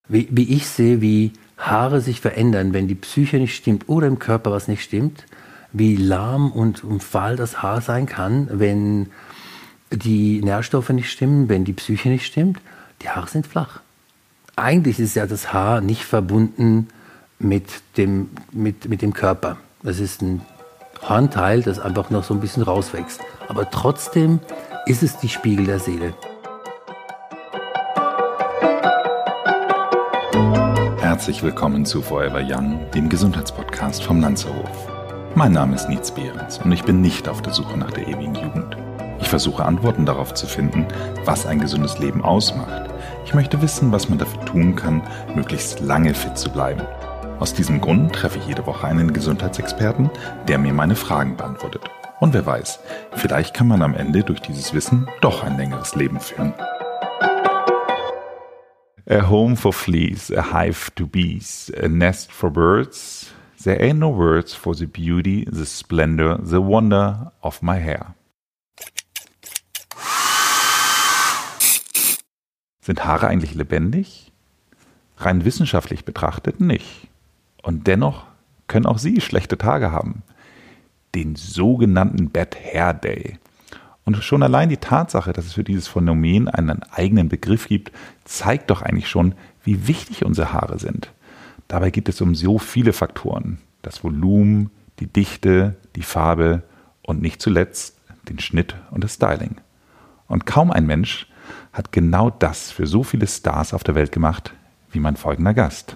wie ich sehe, wie Haare sich verändern, wenn die Psyche nicht stimmt oder im Körper was nicht stimmt, wie lahm und fahl das Haar sein kann, wenn die Nährstoffe nicht stimmen, wenn die Psyche nicht stimmt. Die Haare sind flach. Eigentlich ist ja das Haar nicht verbunden mit dem Körper. Das ist ein Hornteil, das einfach noch so ein bisschen rauswächst. Aber trotzdem ist es die Spiegel der Seele. Herzlich willkommen zu Forever Young, dem Gesundheitspodcast vom Lanzerhof. Mein Name ist Nietz Behrens und ich bin nicht auf der Suche nach der ewigen Jugend. Ich versuche Antworten darauf zu finden, was ein gesundes Leben ausmacht. Ich möchte wissen, was man dafür tun kann, möglichst lange fit zu bleiben. Aus diesem Grund treffe ich jede Woche einen Gesundheitsexperten, der mir meine Fragen beantwortet. Und wer weiß, vielleicht kann man am Ende durch dieses Wissen doch ein längeres Leben führen. A home for fleas, a hive to bees, a nest for birds. There ain't no words for the beauty, the splendor, the wonder of my hair. Sind Haare eigentlich lebendig? Rein wissenschaftlich betrachtet nicht. Und dennoch können auch sie schlechte Tage haben. Den sogenannten Bad Hair Day. Und schon allein die Tatsache, dass es für dieses Phänomen einen eigenen Begriff gibt, zeigt doch eigentlich schon, wie wichtig unsere Haare sind. Dabei geht es um so viele Faktoren. Das Volumen, die Dichte, die Farbe und nicht zuletzt den Schnitt und das Styling. Und kaum ein Mensch hat genau das für so viele Stars auf der Welt gemacht, wie mein folgender Gast.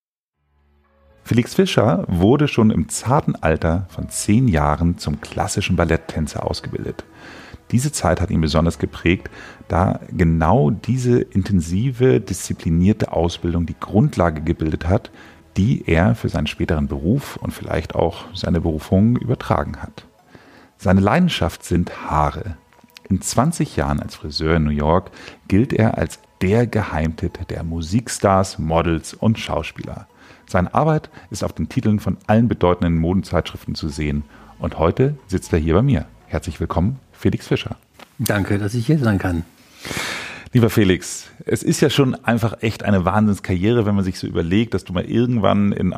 Felix Fischer wurde schon im zarten Alter von 10 Jahren zum klassischen Balletttänzer ausgebildet. Diese Zeit hat ihn besonders geprägt, da genau diese intensive, disziplinierte Ausbildung die Grundlage gebildet hat, die er für seinen späteren Beruf und vielleicht auch seine Berufung übertragen hat. Seine Leidenschaft sind Haare. In 20 Jahren als Friseur in New York gilt er als der Geheimtipp der Musikstars, Models und Schauspieler. Seine Arbeit ist auf den Titeln von allen bedeutenden Modenzeitschriften zu sehen. Und heute sitzt er hier bei mir. Herzlich willkommen, Felix Fischer. Danke, dass ich hier sein kann. Lieber Felix, es ist ja schon einfach echt eine Wahnsinnskarriere, wenn man sich so überlegt, dass du mal irgendwann in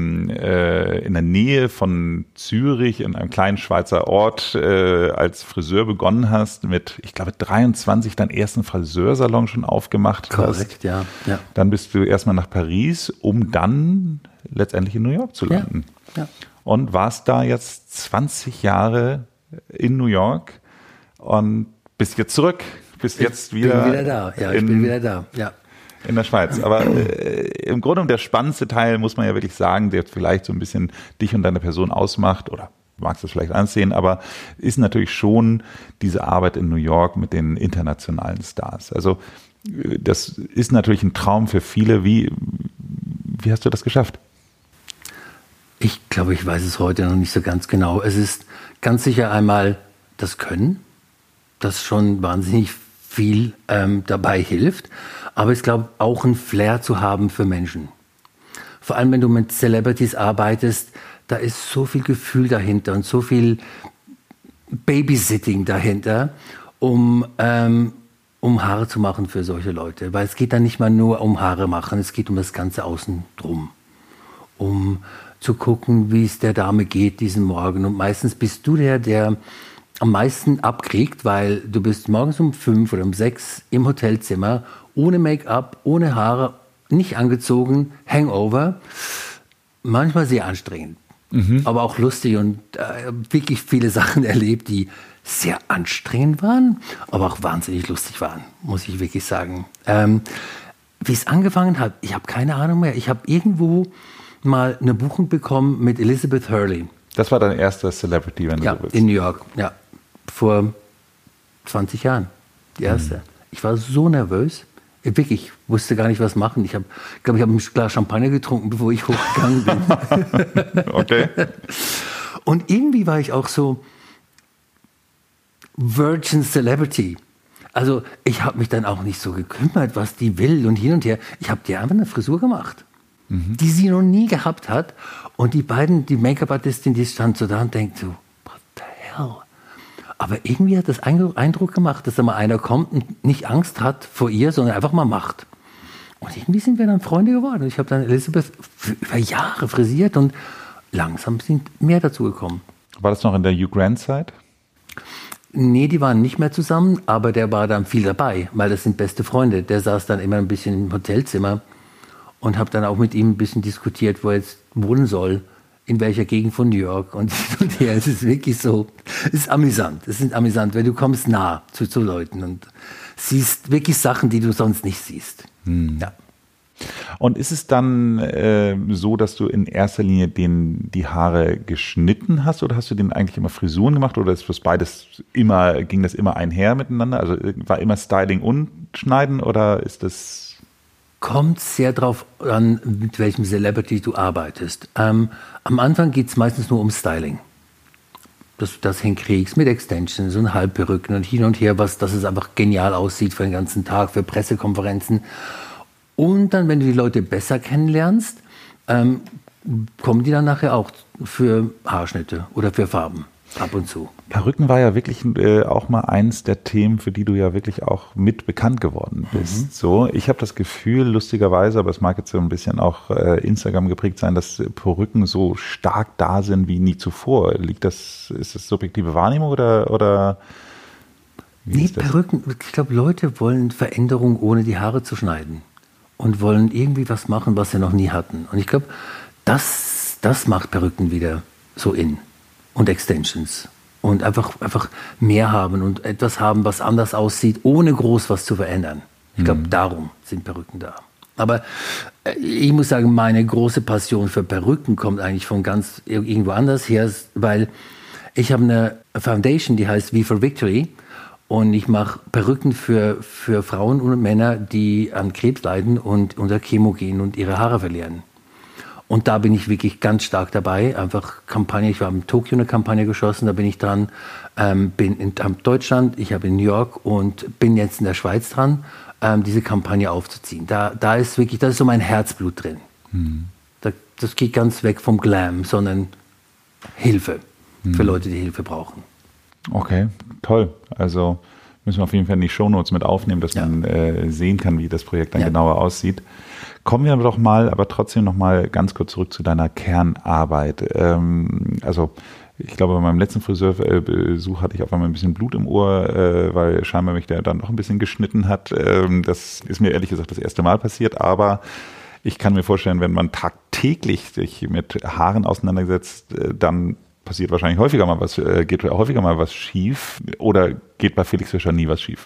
der Nähe von Zürich, in einem kleinen Schweizer Ort als Friseur begonnen hast, mit, ich glaube, 23 deinen ersten Friseursalon schon aufgemacht hast. Korrekt, ja. Dann bist du erstmal nach Paris, um dann letztendlich in New York zu landen. Ja. Und warst da jetzt 20 Jahre in New York und bist jetzt zurück. Bist jetzt wieder. Ich bin wieder da, ja. Ich bin wieder da, ja. In der Schweiz. Aber im Grunde der spannendste Teil, muss man ja wirklich sagen, der vielleicht so ein bisschen dich und deine Person ausmacht, oder du magst das vielleicht ansehen, aber ist natürlich schon diese Arbeit in New York mit den internationalen Stars. Also das ist natürlich ein Traum für viele. Wie hast du das geschafft? Ich glaube, ich weiß es heute noch nicht so ganz genau. Es ist ganz sicher einmal das Können, das schon wahnsinnig viel dabei hilft. Aber ich glaube, auch ein Flair zu haben für Menschen. Vor allem, wenn du mit Celebrities arbeitest, da ist so viel Gefühl dahinter und so viel Babysitting dahinter, um Haare zu machen für solche Leute. Weil es geht dann nicht mal nur um Haare machen, es geht um das Ganze außen drum. Um zu gucken, wie es der Dame geht diesen Morgen. Und meistens bist du der am meisten abkriegt, weil du bist morgens um 5 oder um 6 im Hotelzimmer, ohne Make-up, ohne Haare, nicht angezogen, Hangover. Manchmal sehr anstrengend, aber auch lustig und wirklich viele Sachen erlebt, die sehr anstrengend waren, aber auch wahnsinnig lustig waren, muss ich wirklich sagen. Wie es angefangen hat, ich habe keine Ahnung mehr. Ich habe irgendwo mal eine Buchung bekommen mit Elizabeth Hurley. Das war dein erster Celebrity, wenn du so willst. In New York, ja. Vor 20 Jahren, die erste. Ich war so nervös, wirklich, wusste gar nicht, was machen. Ich glaube, ich habe ein Glas Champagner getrunken, bevor ich hochgegangen bin. Okay. Und irgendwie war ich auch so Virgin Celebrity. Also ich habe mich dann auch nicht so gekümmert, was die will und hin und her. Ich habe dir einfach eine Frisur gemacht, die sie noch nie gehabt hat. Und die beiden, die Make-up-Artistin, die stand so da und denkt so, what the hell? Aber irgendwie hat das Eindruck gemacht, dass da mal einer kommt und nicht Angst hat vor ihr, sondern einfach mal macht. Und irgendwie sind wir dann Freunde geworden. Ich habe dann Elizabeth über Jahre frisiert und langsam sind mehr dazu gekommen. War das noch in der Hugh Grant-Zeit? Nee, die waren nicht mehr zusammen, aber der war dann viel dabei, weil das sind beste Freunde. Der saß dann immer ein bisschen im Hotelzimmer und habe dann auch mit ihm ein bisschen diskutiert, wo er jetzt wohnen soll, in welcher Gegend von New York und her. Es ist wirklich so, es ist amüsant. Es ist amüsant, weil du kommst nah zu Leuten und siehst wirklich Sachen, die du sonst nicht siehst. Ja. Und ist es dann so, dass du in erster Linie die Haare geschnitten hast oder hast du denen eigentlich immer Frisuren gemacht oder ist das beides ging das immer einher miteinander? Also war immer Styling und Schneiden oder ist das? Kommt sehr drauf an, mit welchem Celebrity du arbeitest. Am Anfang geht es meistens nur um Styling. Dass du das hinkriegst mit Extensions und Halbperücken und hin und her, dass es einfach genial aussieht für den ganzen Tag, für Pressekonferenzen. Und dann, wenn du die Leute besser kennenlernst, kommen die dann nachher auch für Haarschnitte oder für Farben ab und zu. Perücken war ja wirklich auch mal eins der Themen, für die du ja wirklich auch mit bekannt geworden bist. So, ich habe das Gefühl, lustigerweise, aber es mag jetzt so ein bisschen auch Instagram geprägt sein, dass Perücken so stark da sind wie nie zuvor. Ist das subjektive Wahrnehmung oder Nee, Perücken, ich glaube, Leute wollen Veränderung, ohne die Haare zu schneiden. Und wollen irgendwie was machen, was sie noch nie hatten. Und ich glaube, das macht Perücken wieder so in. Und Extensions. Und einfach mehr haben und etwas haben, was anders aussieht, ohne groß was zu verändern. Ich glaube, darum sind Perücken da. Aber ich muss sagen, meine große Passion für Perücken kommt eigentlich von ganz irgendwo anders her, weil ich habe eine Foundation, die heißt V for Victory. Und ich mache Perücken für Frauen und Männer, die an Krebs leiden und unter Chemo gehen und ihre Haare verlieren. Und da bin ich wirklich ganz stark dabei. Einfach Kampagne, ich habe in Tokio eine Kampagne geschossen, da bin ich dran. Bin in Deutschland, ich habe in New York und bin jetzt in der Schweiz dran, diese Kampagne aufzuziehen. Da ist wirklich, das ist so mein Herzblut drin. Das geht ganz weg vom Glam, sondern Hilfe für Leute, die Hilfe brauchen. Okay, toll. Also müssen wir auf jeden Fall in die Shownotes mit aufnehmen, dass man sehen kann, wie das Projekt dann genauer aussieht. Kommen wir doch mal, aber trotzdem noch mal ganz kurz zurück zu deiner Kernarbeit. Also ich glaube, bei meinem letzten Friseurbesuch hatte ich auf einmal ein bisschen Blut im Ohr, weil scheinbar mich der dann doch ein bisschen geschnitten hat. Das ist mir ehrlich gesagt das erste Mal passiert, aber ich kann mir vorstellen, wenn man tagtäglich sich mit Haaren auseinandersetzt, dann passiert wahrscheinlich geht häufiger mal was schief oder geht bei Felix Fischer nie was schief?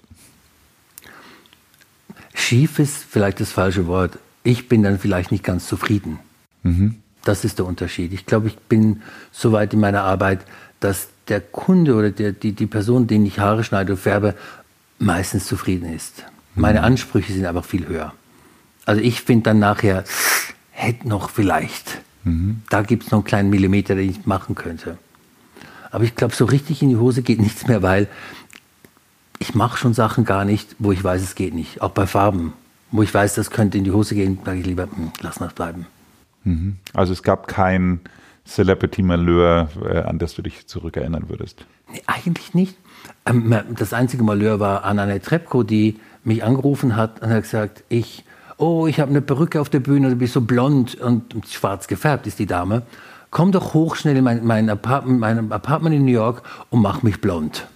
Schief ist vielleicht das falsche Wort. Ich bin dann vielleicht nicht ganz zufrieden. Das ist der Unterschied. Ich glaube, ich bin so weit in meiner Arbeit, dass der Kunde oder die Person, den ich Haare schneide und färbe, meistens zufrieden ist. Meine Ansprüche sind einfach viel höher. Also ich finde dann nachher, hätte noch vielleicht. Da gibt es noch einen kleinen Millimeter, den ich machen könnte. Aber ich glaube, so richtig in die Hose geht nichts mehr, weil ich mache schon Sachen gar nicht, wo ich weiß, es geht nicht. Auch bei Farben, wo ich weiß, das könnte in die Hose gehen, sage ich lieber, lass mal bleiben. Also es gab kein Celebrity-Malheur, an das du dich zurückerinnern würdest? Nee, eigentlich nicht. Das einzige Malheur war Annette Trepko, die mich angerufen hat und hat gesagt, ich habe eine Perücke auf der Bühne, du bist so blond und schwarz gefärbt ist die Dame. Komm doch hoch schnell in mein Apartment in New York und mach mich blond.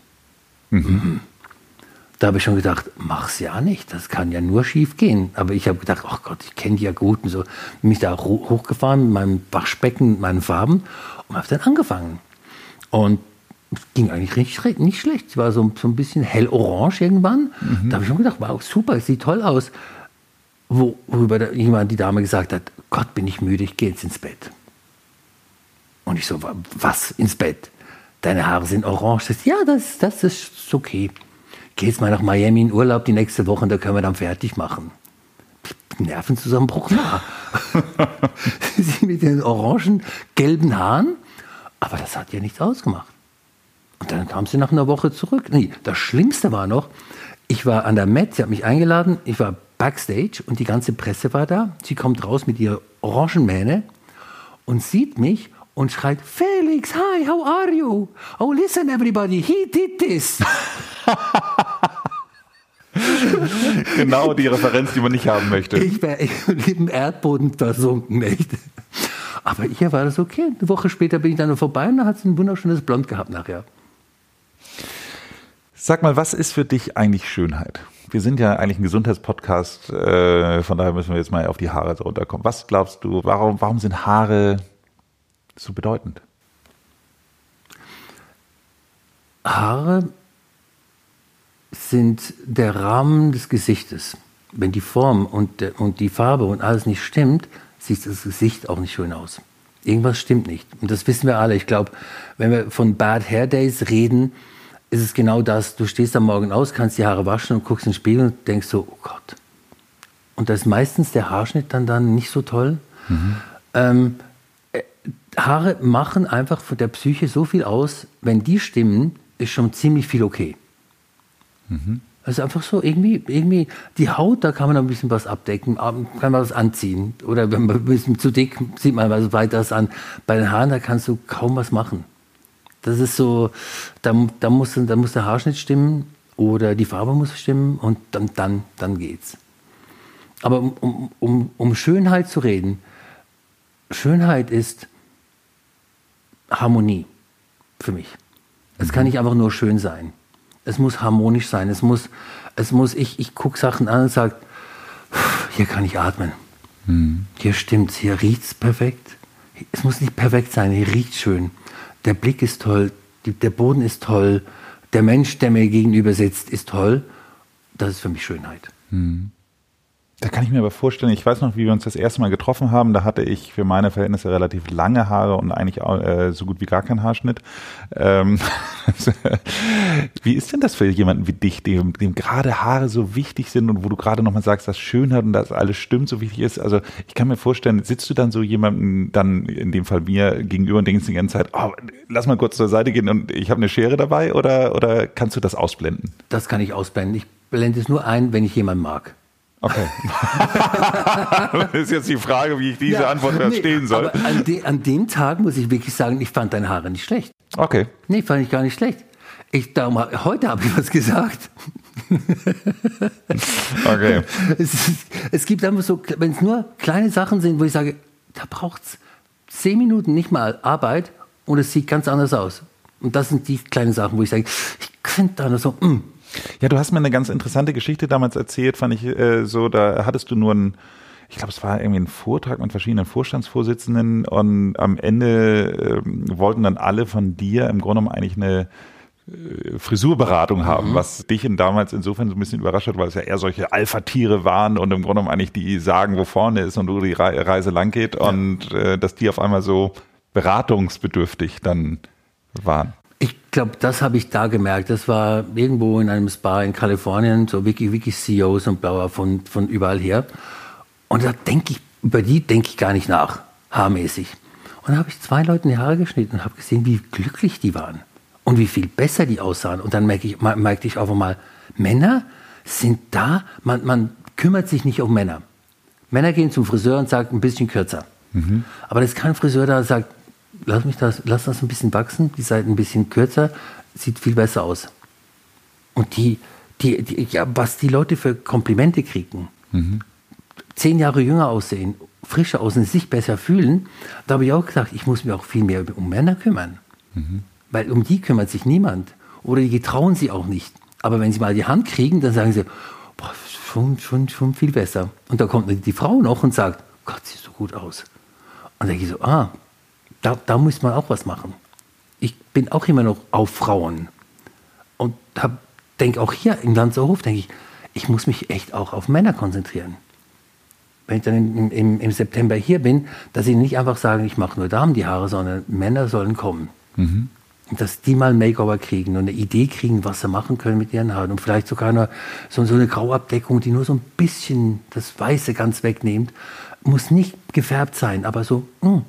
Da habe ich schon gedacht, mach's ja nicht, das kann ja nur schief gehen. Aber ich habe gedacht, ach Gott, ich kenne die ja gut. Und so bin ich da hochgefahren mit meinem Waschbecken, mit meinen Farben und habe dann angefangen. Und es ging eigentlich nicht schlecht. Es war so ein bisschen hellorange irgendwann. Da habe ich schon gedacht, wow, super, es sieht toll aus. Worüber jemand die Dame gesagt hat, Gott, bin ich müde, ich gehe jetzt ins Bett. Und ich so, was, ins Bett? Deine Haare sind orange. Das, ja, das ist okay. Geh jetzt mal nach Miami in Urlaub die nächste Woche und da können wir dann fertig machen. Nervenzusammenbruch, ja. Sie mit den orangen, gelben Haaren. Aber das hat ja nichts ausgemacht. Und dann kam sie nach einer Woche zurück. Nee, das Schlimmste war noch, ich war an der Met, sie hat mich eingeladen, ich war Backstage und die ganze Presse war da. Sie kommt raus mit ihrer Orangenmähne und sieht mich und schreit, Felix, hi, how are you? Oh, listen everybody, he did this. Genau die Referenz, die man nicht haben möchte. Ich wäre im Erdboden versunken, echt. Aber hier war das okay. Eine Woche später bin ich dann vorbei und dann hat sie ein wunderschönes Blond gehabt nachher. Sag mal, was ist für dich eigentlich Schönheit? Wir sind ja eigentlich ein Gesundheitspodcast, von daher müssen wir jetzt mal auf die Haare so runterkommen. Was glaubst du, warum sind Haare so bedeutend? Haare sind der Rahmen des Gesichtes. Wenn die Form und die Farbe und alles nicht stimmt, sieht das Gesicht auch nicht schön aus. Irgendwas stimmt nicht. Und das wissen wir alle. Ich glaube, wenn wir von Bad Hair Days reden, ist es genau das. Du stehst am Morgen aus, kannst die Haare waschen und guckst in den Spiegel und denkst so, oh Gott. Und da ist meistens der Haarschnitt dann nicht so toll. Haare machen einfach von der Psyche so viel aus, wenn die stimmen, ist schon ziemlich viel okay. Das ist einfach so, irgendwie die Haut, da kann man ein bisschen was abdecken, kann man was anziehen. Oder wenn man ein bisschen zu dick, sieht man was weiteres an. Bei den Haaren, da kannst du kaum was machen. Das ist so, da muss der Haarschnitt stimmen oder die Farbe muss stimmen und dann geht's. Aber um Schönheit zu reden, Schönheit ist Harmonie für mich. Es kann nicht einfach nur schön sein. Es muss harmonisch sein. Ich gucke Sachen an und sage, hier kann ich atmen. Hier stimmt's, hier riecht's perfekt. Es muss nicht perfekt sein, hier riecht's schön. Der Blick ist toll, der Boden ist toll, der Mensch, der mir gegenüber sitzt, ist toll. Das ist für mich Schönheit. Da kann ich mir aber vorstellen, ich weiß noch, wie wir uns das erste Mal getroffen haben, da hatte ich für meine Verhältnisse relativ lange Haare und eigentlich auch, so gut wie gar keinen Haarschnitt. Wie ist denn das für jemanden wie dich, dem gerade Haare so wichtig sind und wo du gerade nochmal sagst, dass Schönheit und dass alles stimmt so wichtig ist? Also ich kann mir vorstellen, sitzt du dann so jemandem, dann in dem Fall mir gegenüber und denkst die ganze Zeit, oh, lass mal kurz zur Seite gehen und ich habe eine Schere dabei oder kannst du das ausblenden? Das kann ich ausblenden. Ich blende es nur ein, wenn ich jemanden mag. Okay. Das ist jetzt die Frage, wie ich diese Antwort verstehen soll. Aber an dem Tag muss ich wirklich sagen, ich fand deine Haare nicht schlecht. Okay. Nee, fand ich gar nicht schlecht. Heute habe ich was gesagt. Okay. Es gibt einfach so, wenn es nur kleine Sachen sind, wo ich sage, da braucht es 10 Minuten nicht mal Arbeit und es sieht ganz anders aus. Und das sind die kleinen Sachen, wo ich sage, ich könnte da nur so, Ja, du hast mir eine ganz interessante Geschichte damals erzählt, fand ich so, da hattest du nur ich glaube, es war irgendwie ein Vortrag mit verschiedenen Vorstandsvorsitzenden und am Ende wollten dann alle von dir im Grunde genommen eigentlich eine Frisurberatung haben, was dich damals insofern so ein bisschen überrascht hat, weil es ja eher solche Alpha-Tiere waren und im Grunde genommen eigentlich die sagen, wo vorne ist und wo die Reise lang geht und dass die auf einmal so beratungsbedürftig dann waren. Ich glaube, das habe ich da gemerkt. Das war irgendwo in einem Spa in Kalifornien, so wirklich CEOs und bla von überall her. Und da über die denke ich gar nicht nach, haarmäßig. Und da habe ich 2 Leuten die Haare geschnitten und habe gesehen, wie glücklich die waren und wie viel besser die aussahen. Und dann merkte ich auf einmal, Männer sind da, man kümmert sich nicht um Männer. Männer gehen zum Friseur und sagen, ein bisschen kürzer. Aber da ist kein Friseur da, der sagt, lass das ein bisschen wachsen, die Seite ein bisschen kürzer, sieht viel besser aus. Und was die Leute für Komplimente kriegen, 10 Jahre jünger aussehen, frischer aussehen, sich besser fühlen, da habe ich auch gesagt, ich muss mich auch viel mehr um Männer kümmern. Weil um die kümmert sich niemand. Oder die trauen sie auch nicht. Aber wenn sie mal die Hand kriegen, dann sagen sie, boah, schon viel besser. Und da kommt die Frau noch und sagt, Gott, siehst du gut aus. Und dann denke ich so, da muss man auch was machen. Ich bin auch immer noch auf Frauen. Und denke auch hier im Lanzerhof, denke ich muss mich echt auch auf Männer konzentrieren. Wenn ich dann im September hier bin, dass ich nicht einfach sage, ich mache nur Damen die Haare, sondern Männer sollen kommen. Dass die mal ein Makeover kriegen und eine Idee kriegen, was sie machen können mit ihren Haaren. Und vielleicht sogar nur so eine Grauabdeckung, die nur so ein bisschen das Weiße ganz wegnimmt. Muss nicht gefärbt sein, aber so,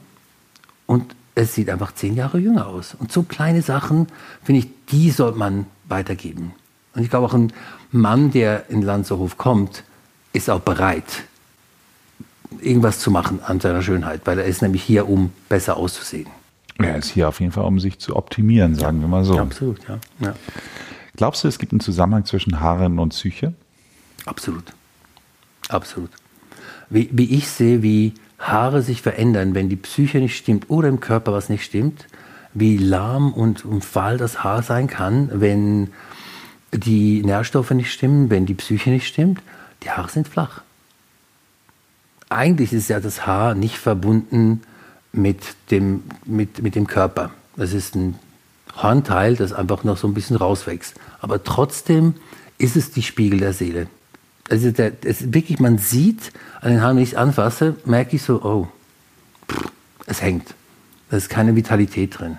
Und es sieht einfach 10 Jahre jünger aus. Und so kleine Sachen, finde ich, die sollte man weitergeben. Und ich glaube auch ein Mann, der in Lanzerhof kommt, ist auch bereit, irgendwas zu machen an seiner Schönheit, weil er ist nämlich hier, um besser auszusehen. Er ist hier auf jeden Fall, um sich zu optimieren, sagen wir mal so. Ja, absolut, ja. Glaubst du, es gibt einen Zusammenhang zwischen Haaren und Psyche? Absolut. Absolut. Wie ich sehe, wie Haare sich verändern, wenn die Psyche nicht stimmt oder im Körper was nicht stimmt, wie lahm und fahl das Haar sein kann, wenn die Nährstoffe nicht stimmen, wenn die Psyche nicht stimmt, die Haare sind flach. Eigentlich ist ja das Haar nicht verbunden mit dem Körper. Das ist ein Hornteil, das einfach noch so ein bisschen rauswächst. Aber trotzdem ist es die Spiegel der Seele. Also wirklich, man sieht an den Haaren, wenn ich es anfasse, merke ich so, oh, es hängt. Da ist keine Vitalität drin.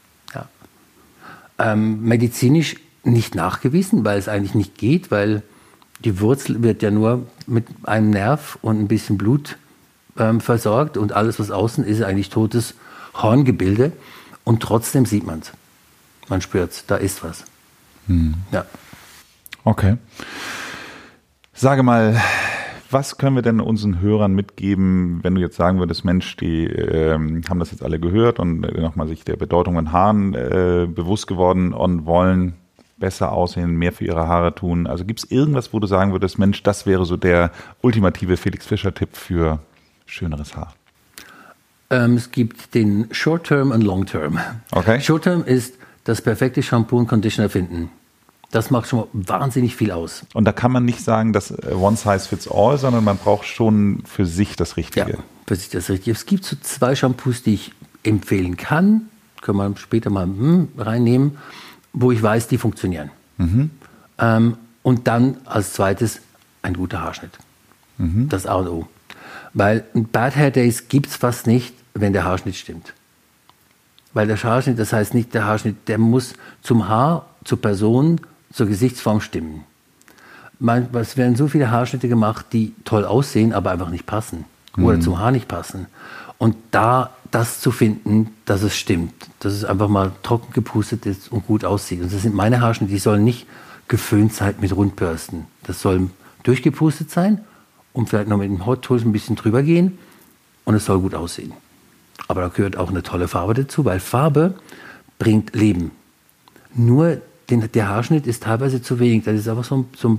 Ja. Medizinisch nicht nachgewiesen, weil es eigentlich nicht geht, weil die Wurzel wird ja nur mit einem Nerv und ein bisschen Blut versorgt und alles, was außen ist, eigentlich totes Horngebilde. Und trotzdem sieht man es. Man spürt es, da ist was. Ja. Okay. Sage mal, was können wir denn unseren Hörern mitgeben, wenn du jetzt sagen würdest, Mensch, die haben das jetzt alle gehört und nochmal sich der Bedeutung von Haaren bewusst geworden und wollen besser aussehen, mehr für ihre Haare tun. Also gibt es irgendwas, wo du sagen würdest, Mensch, das wäre so der ultimative Felix Fischer-Tipp für schöneres Haar? Es gibt den Short-Term und Long-Term. Okay. Short-Term ist das perfekte Shampoo und Conditioner finden. Das macht schon mal wahnsinnig viel aus. Und da kann man nicht sagen, dass one size fits all, sondern man braucht schon für sich das Richtige. Ja, für sich das Richtige. Es gibt so 2 Shampoos, die ich empfehlen kann. Können wir später mal reinnehmen, wo ich weiß, die funktionieren. Und dann als zweites ein guter Haarschnitt. Das A und O. Weil Bad Hair Days gibt es fast nicht, wenn der Haarschnitt stimmt. Weil der Haarschnitt, das heißt nicht der Haarschnitt, der muss zum Haar, zur Person, zur Gesichtsform stimmen. Es werden so viele Haarschnitte gemacht, die toll aussehen, aber einfach nicht passen. Oder zum Haar nicht passen. Und da das zu finden, dass es stimmt, dass es einfach mal trocken gepustet ist und gut aussieht. Und das sind meine Haarschnitte, die sollen nicht geföhnt sein mit Rundbürsten. Das soll durchgepustet sein und vielleicht noch mit dem Hot Tools ein bisschen drüber gehen und es soll gut aussehen. Aber da gehört auch eine tolle Farbe dazu, weil Farbe bringt Leben. Nur der Haarschnitt ist teilweise zu wenig. Das ist einfach so ein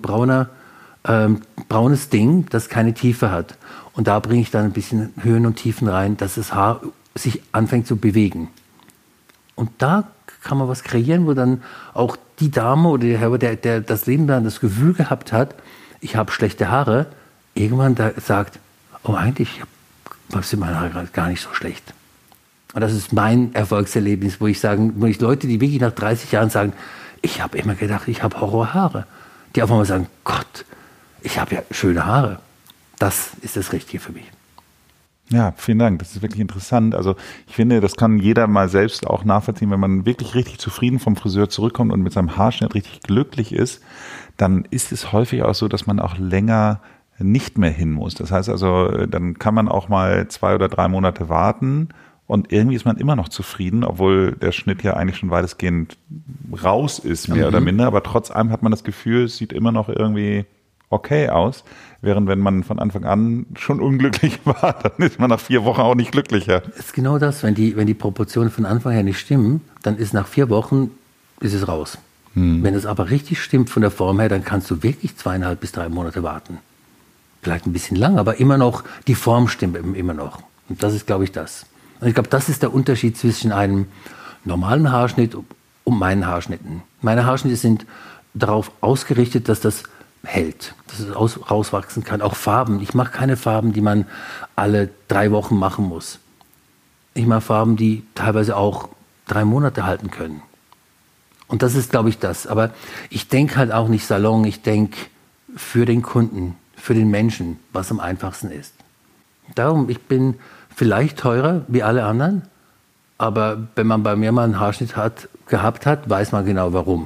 braunes Ding, das keine Tiefe hat. Und da bringe ich dann ein bisschen Höhen und Tiefen rein, dass das Haar sich anfängt zu bewegen. Und da kann man was kreieren, wo dann auch die Dame oder der Herr, der das Leben lang das Gefühl gehabt hat, ich habe schlechte Haare, irgendwann da sagt, oh eigentlich sind meine Haare gar nicht so schlecht. Und das ist mein Erfolgserlebnis, wo ich Leute, die wirklich nach 30 Jahren sagen, ich habe immer gedacht, ich habe Horrorhaare. Die auf einmal sagen, Gott, ich habe ja schöne Haare. Das ist das Richtige für mich. Ja, vielen Dank. Das ist wirklich interessant. Also ich finde, das kann jeder mal selbst auch nachvollziehen, wenn man wirklich richtig zufrieden vom Friseur zurückkommt und mit seinem Haarschnitt richtig glücklich ist, dann ist es häufig auch so, dass man auch länger nicht mehr hin muss. Das heißt also, dann kann man auch mal 2 oder 3 Monate warten und irgendwie ist man immer noch zufrieden, obwohl der Schnitt ja eigentlich schon weitestgehend raus ist, mehr oder minder. Aber trotz allem hat man das Gefühl, es sieht immer noch irgendwie okay aus. Während wenn man von Anfang an schon unglücklich war, dann ist man nach 4 Wochen auch nicht glücklicher. Das ist genau das, wenn die Proportionen von Anfang her nicht stimmen, dann ist nach 4 Wochen ist es raus. Wenn es aber richtig stimmt von der Form her, dann kannst du wirklich 2,5 bis 3 Monate warten. Vielleicht ein bisschen lang, aber immer noch, die Form stimmt immer noch. Und das ist, glaube ich, das. Und ich glaube, das ist der Unterschied zwischen einem normalen Haarschnitt und meinen Haarschnitten. Meine Haarschnitte sind darauf ausgerichtet, dass das hält, dass es rauswachsen kann. Auch Farben. Ich mache keine Farben, die man alle 3 Wochen machen muss. Ich mache Farben, die teilweise auch 3 Monate halten können. Und das ist, glaube ich, das. Aber ich denke halt auch nicht Salon. Ich denke für den Kunden, für den Menschen, was am einfachsten ist. Darum, ich bin vielleicht teurer wie alle anderen, aber wenn man bei mir mal einen Haarschnitt gehabt hat, weiß man genau warum.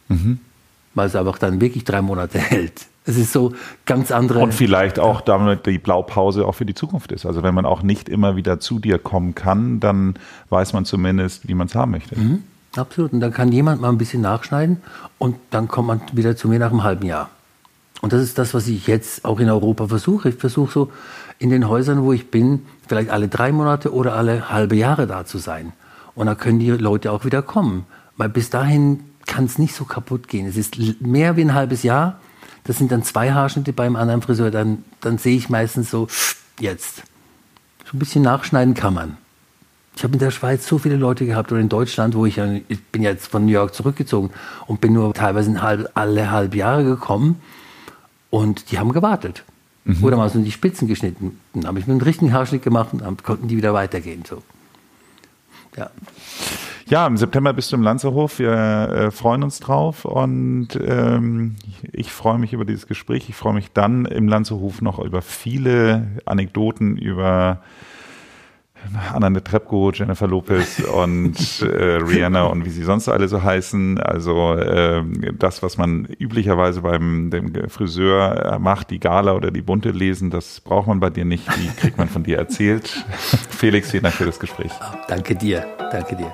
Weil es einfach dann wirklich 3 Monate hält. Es ist so ganz andere... Und vielleicht auch damit die Blaupause auch für die Zukunft ist. Also wenn man auch nicht immer wieder zu dir kommen kann, dann weiß man zumindest, wie man es haben möchte. Absolut. Und dann kann jemand mal ein bisschen nachschneiden und dann kommt man wieder zu mir nach einem halben Jahr. Und das ist das, was ich jetzt auch in Europa versuche. Ich versuche so in den Häusern, wo ich bin, vielleicht alle 3 Monate oder alle halbe Jahre da zu sein. Und dann können die Leute auch wieder kommen. Weil bis dahin kann es nicht so kaputt gehen. Es ist mehr wie ein halbes Jahr. Das sind dann 2 Haarschnitte beim anderen Friseur, dann sehe ich meistens so, jetzt. So ein bisschen nachschneiden kann man. Ich habe in der Schweiz so viele Leute gehabt oder in Deutschland, wo ich bin jetzt von New York zurückgezogen und bin nur teilweise alle halb Jahre gekommen und die haben gewartet. Oder mal so die Spitzen geschnitten. Dann habe ich mir einen richtigen Haarschnitt gemacht und dann konnten die wieder weitergehen. So. Ja. Ja, im September bist du im Lanzerhof. Wir freuen uns drauf und ich freue mich über dieses Gespräch. Ich freue mich dann im Lanzerhof noch über viele Anekdoten über Anna Netrebko, Jennifer Lopez und Rihanna und wie sie sonst alle so heißen. Also das, was man üblicherweise dem Friseur macht, die Gala oder die Bunte lesen, das braucht man bei dir nicht. Die kriegt man von dir erzählt. Felix, vielen Dank für das Gespräch. Danke dir. Danke dir.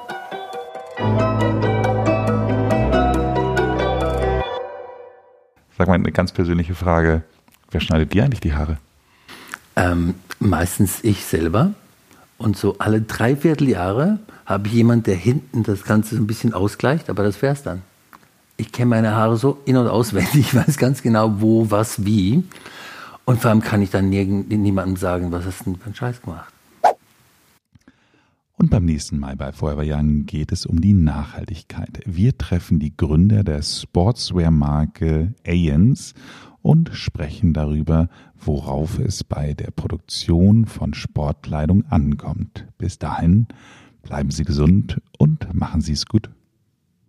Sag mal eine ganz persönliche Frage. Wer schneidet dir eigentlich die Haare? Meistens ich selber. Und so alle 3/4 Jahre habe ich jemanden, der hinten das Ganze so ein bisschen ausgleicht, aber das wär's dann. Ich kenne meine Haare so in- und auswendig, ich weiß ganz genau, wo, was, wie. Und vor allem kann ich dann niemandem sagen, was hast du denn für einen Scheiß gemacht. Und beim nächsten Mal bei Forever Young geht es um die Nachhaltigkeit. Wir treffen die Gründer der Sportswear-Marke Ayens und sprechen darüber, worauf es bei der Produktion von Sportkleidung ankommt. Bis dahin bleiben Sie gesund und machen Sie es gut.